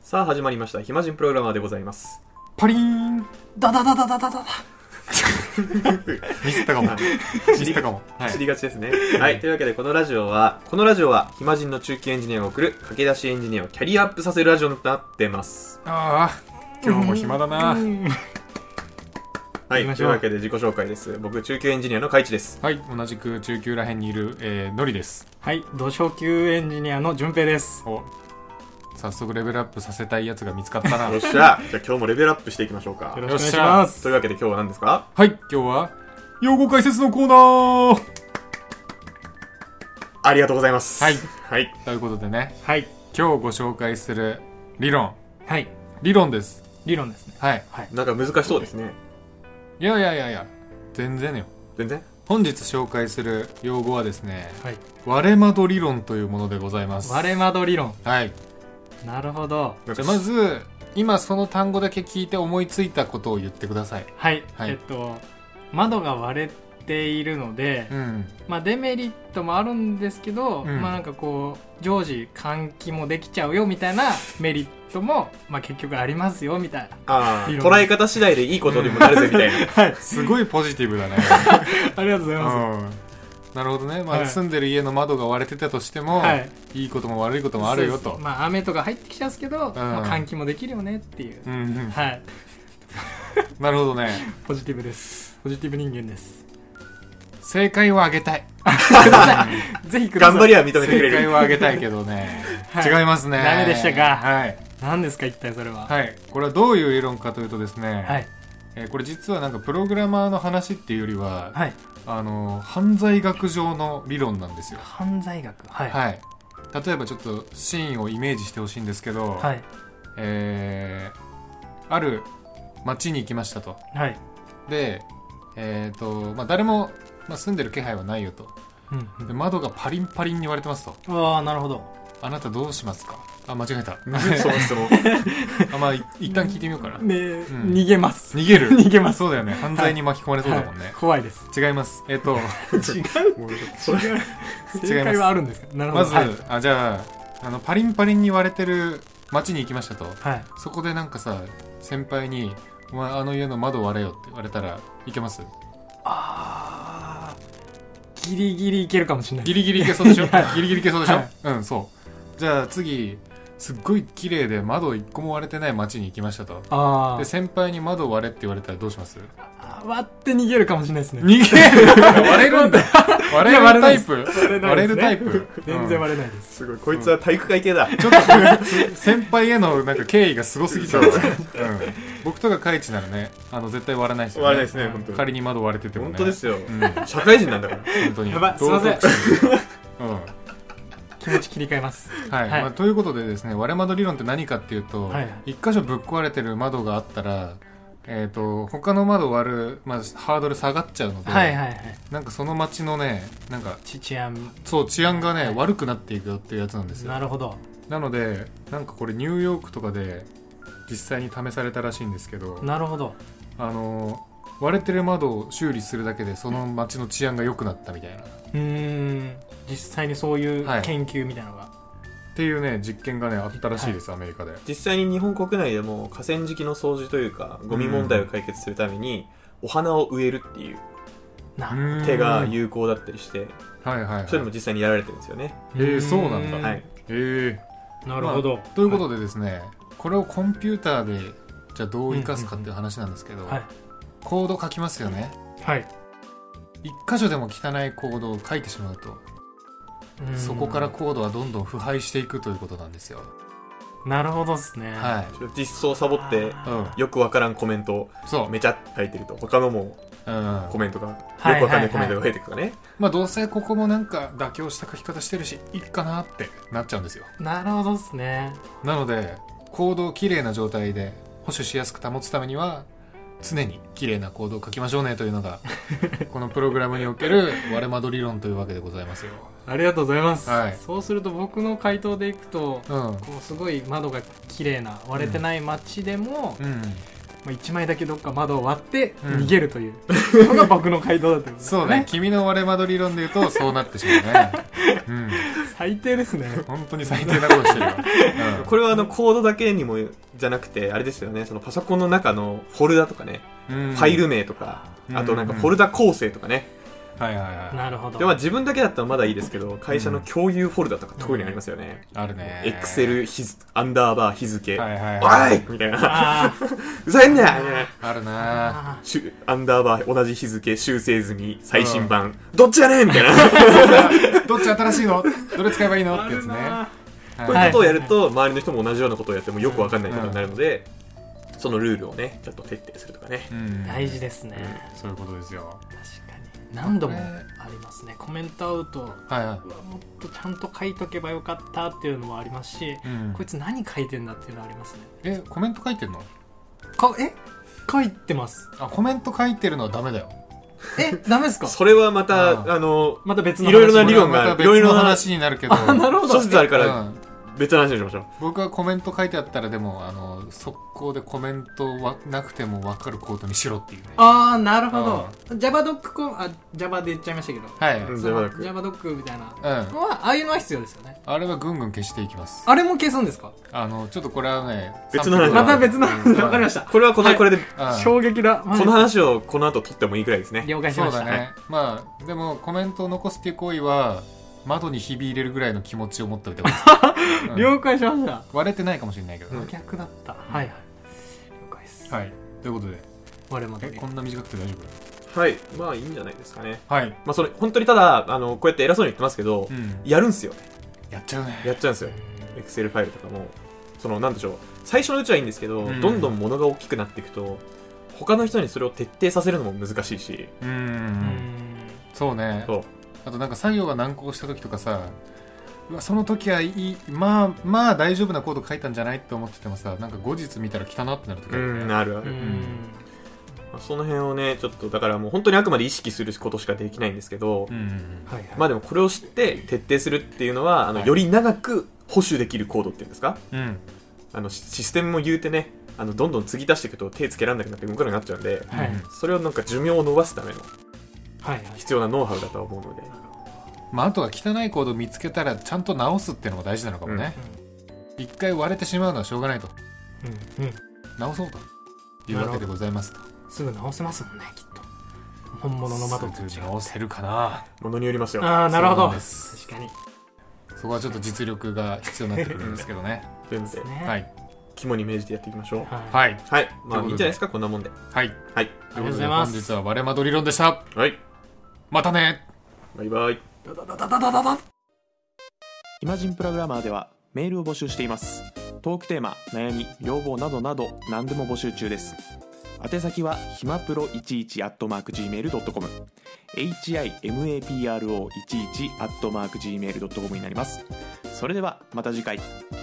さあ始まりました暇人プログラマーでございます。 パリーンダダダダダダダミスったかもミスったかも、 はい、知りがちですね。はい、というわけでこのラジオは暇人の中級エンジニアが送る駆け出しエンジニアをキャリアアップさせるラジオになってます。 ああ今日も暇だな。 はい、というわけで自己紹介です。僕中級エンジニアのカイチです。 はい、同じく中級らへんにいる、ノリです。 はい、土昇級エンジニアの順平です。 お、早速レベルアップさせたいやつが見つかったな。 よっしゃ、じゃあ今日もレベルアップしていきましょうか。 よろしくお願いします。 というわけで今日は何ですか？ はい、今日は用語解説のコーナー。 ありがとうございます。 はい、 はい、 ということでね、 はい、 今日ご紹介する理論、 はい、 理論です。 理論ですね。 はい、 はい、 なんか難しそうですね。 いや全然よ。 全然。 本日紹介する用語はですね、 はい、 割れ窓理論というものでございます。 割れ窓理論。 はい。 なるほど。 じゃあまず今その単語だけ聞いて思いついたことを言ってください。 はい、 はい、 窓が割れているので、まあデメリットもあるんですけど、まあなんかこう常時換気もできちゃうよみたいなメリットもまあ結局ありますよみたいな。 ああ、捉え方次第でいいことにもなるぜみたいな。 はい、 すごいポジティブだね。 ありがとうございます。 なるほどね。まあ住んでる家の窓が割れてたとしても、いいことも悪いこともあるよと。 まあ雨とか入ってきちゃうんですけど、まあ換気もできるよねっていう。はい。 なるほどね。 ポジティブです。ポジティブ人間です。 正解をあげたい。 ぜひください。 頑張りは認めてくれる。 正解をあげたいけどね。違いますね。 ダメでしたか。 はい。 何ですか一体それは。 はい。これはどういう理論かというとですね。 はい。 これ実はなんかプログラマーの話っていうよりは、 はい。 犯罪学上の理論なんですよ。 犯罪学。はい。 はい。例えばちょっとシーンをイメージしてほしいんですけど、 はい。 ある町に行きましたと。 はい。 で、まあ、誰も、住んでる気配はないよと、で窓がパリンパリンに割れてますと。 ああ、なるほど。 あなたどうしますか？あ、間違えた。 その質問。 まあ一旦聞いてみようかな。 逃げます。 逃げる。 逃げます。 そうだよね。犯罪に巻き込まれそうだもんね。 怖いです。 違います。 違う。正解はあるんですか？なるほど。 まず、じゃあパリンパリンに割れてる町に行きましたと。 はい。 そこでなんかさ、先輩にお前あの家の窓割れよって言われたらいけます？ ギリギリいけるかもしれない。 ギリギリいけそうでしょ。ギリギリいけそうでしょ。うん、そう。じゃあ次、すっごい綺麗で窓一個も割れてない街に行きましたと。で先輩に窓割れって言われたらどうします？ 割って逃げるかもしれないですね。 逃げる。割れるんだ。割れるタイプ。割れるタイプ。 全然割れないです。 すごい、こいつは体育会系だ。 ちょっと先輩へのなんか敬意がすごすぎちゃう。僕とかカイチならね、絶対割らないですよね。 割れないですね、本当に。 仮に窓割れててもね。 本当ですよ。社会人なんだから。 本当に。 やばい、すいません。気持ち切り替えます。 はい。ということでですね、割れ窓理論って何かっていうと、一箇所ぶっ壊れてる窓があったら、他の窓割る、ハードル下がっちゃうので、なんかその街のね、なんか治安がね、悪くなっていくよっていうやつなんですよ。 なるほど。 なのでなんかこれニューヨークとかで実際に試されたらしいんですけど、 なるほど。 割れてる窓を修理するだけでその街の治安が良くなったみたいな。 実際にそういう研究みたいなのが、 っていうね実験がねあったらしいです、アメリカで。 実際に日本国内でも河川敷の掃除というかゴミ問題を解決するためにお花を植えるっていう手が有効だったりして、そういうのも実際にやられてるんですよね。 そうなんだ。 はい。 なるほど。 ということでですね、これをコンピューターでじゃあどう生かすかっていう話なんですけど、コード書きますよね。 はい。 一箇所でも汚いコードを書いてしまうと、そこからコードはどんどん腐敗していくということなんですよ。 なるほどですね。 実装サボってよくわからんコメントをめちゃ書いてると、他のもコメントがよくわかんないコメントが増えていくとかね。 どうせここもなんか妥協した書き方してるしいいかなってなっちゃうんですよ。 なるほどですね。なのでコードをきれいな状態で保守しやすく保つためには常に綺麗なコードを書きましょうねというのがこのプログラムにおける割れ窓理論というわけでございますよ。 ありがとうございます、 はい、 そうすると僕の回答でいくと、こうすごい窓が綺麗な割れてない街でも、1枚だけどっか窓を割って逃げるというのが僕の回答だったんですね。 そうね、君の割れ窓理論でいうとそうなってしまうね。 最低ですね。 本当に最低なことしてるよ、 うん、これはコードだけにもじゃなくてあれですよね、そのパソコンの中のフォルダとかね、ファイル名とか、あとなんかフォルダ構成とかね、 はいはいはい。 なるほど。 で自分だけだったらまだいいですけど、会社の共有フォルダとか特にありますよね。 あるね。 エクセルアンダーバー日付、 はいはいはい、 おいみたいな。うざいんだよあるな。 アンダーバー同じ日付修正済み最新版、どっちやねんみたいな。 どっち新しいの？どれ使えばいいのってやつね。 こういうことをやると周りの人も同じようなことをやってもよくわかんないことになるので、そのルールをねちょっと徹底するとかね、 大事ですね、 そういうことですよ。 確かに何度もありますね。コメントアウト、はいはい、もっとちゃんと書いとけばよかったっていうのもありますし、こいつ何書いてんだっていうのはありますね。 コメント書いてんの？ 書いてます。 コメント書いてるのはダメだよ。 ダメですか？ それはまたまた別のいろいろな理論がいろいろな話になるけど、 なるほど。 諸説あるから、別の話にしましょう。 僕はコメント書いてあったらでも速攻でコメントはなくても分かるコードにしろっていうね。 なるほど。Java で言っちゃいましたけど、 はい、 Javadoc みたいなのは、ああいうのは必要ですよね。 あれはぐんぐん消していきます。 あれも消すんですか？ ちょっとこれはね、 別の話。 また別の話。わかりました。 これはこれで衝撃だ。 この話をこの後取ってもいいくらいですね。 了解しました。 そうだね。まあでもコメントを残すっていう行為は窓にひび入れるぐらいの気持ちを持っておいてください。 了解しました。 割れてないかもしれないけど、 逆だった。はいはい。了解です。 はい。ということで、 我々 こんな短くて大丈夫？はい、まあいいんじゃないですかね。 はい。 それ本当にただこうやって偉そうに言ってますけど、やるんすよね。 やっちゃうね。 やっちゃうんですよ。Excel ファイルとかもなんでしょう。最初のうちはいいんですけど、どんどん物が大きくなっていくと、他の人にそれを徹底させるのも難しいし。 そうね。そう。あとなんか作業が難航した時とかさ、その時はいい、まあ大丈夫なコード書いたんじゃないって思っててもさ、なんか後日見たら汚なってなる時あるね。 あるある。その辺をねちょっとだからもう本当にあくまで意識することしかできないんですけど、まあでもこれを知って徹底するっていうのはより長く保守できるコードっていうんですか、システムも言うてねどんどん継ぎ足していくと手つけられなくなって動かなくなっちゃうんで、それをなんか寿命を伸ばすための必要なノウハウだとは思うので、 あとは汚いコードを見つけたらちゃんと直すっていうのも大事なのかもね。一回割れてしまうのはしょうがないと、直そうというわけでございますと。 すぐ直せますもんね、きっと。本物の窓と違う。 すぐ直せるかな。 ものによりますよ。 なるほど。確かに。 そこはちょっと実力が必要になってくるんですけどね。 というので、肝に銘じてやっていきましょう。 はい。 はい。まあいいんじゃないですか、こんなもんで。 はい。 ありがとうございます。 本日は割れ窓理論でした。 はい。 またね。 バイバイ。イマジンプログラマーではメールを募集しています。トークテーマ、悩み、要望などなど何でも募集中です。宛先はひまプロ11@gmail.com himapro11@gmail.com になります。それではまた次回。